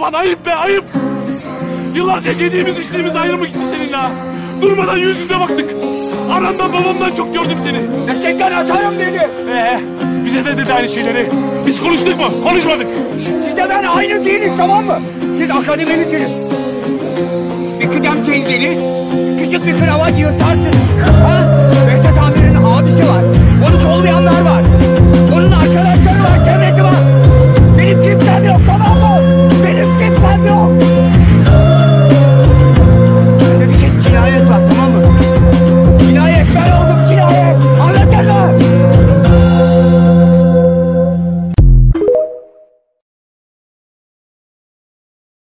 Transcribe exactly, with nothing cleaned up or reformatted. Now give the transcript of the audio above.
Ulan ayıp be ayıp. Yıllarca yediğimiz içtiğimiz ayrı mı gitti seninle ha? Durmadan yüz yüze baktık. Anamdan babamdan çok gördüm seni. Eşekten atarım beni. Ee, bize de dedi aynı şeyleri. Biz konuştuk mu? Konuşmadık. Siz de ben aynı değiliz, tamam mı? Siz akademisiniz. Bir kıdem teyzeli, küçük bir kravat yırtarsınız. Ha? Behzat abinin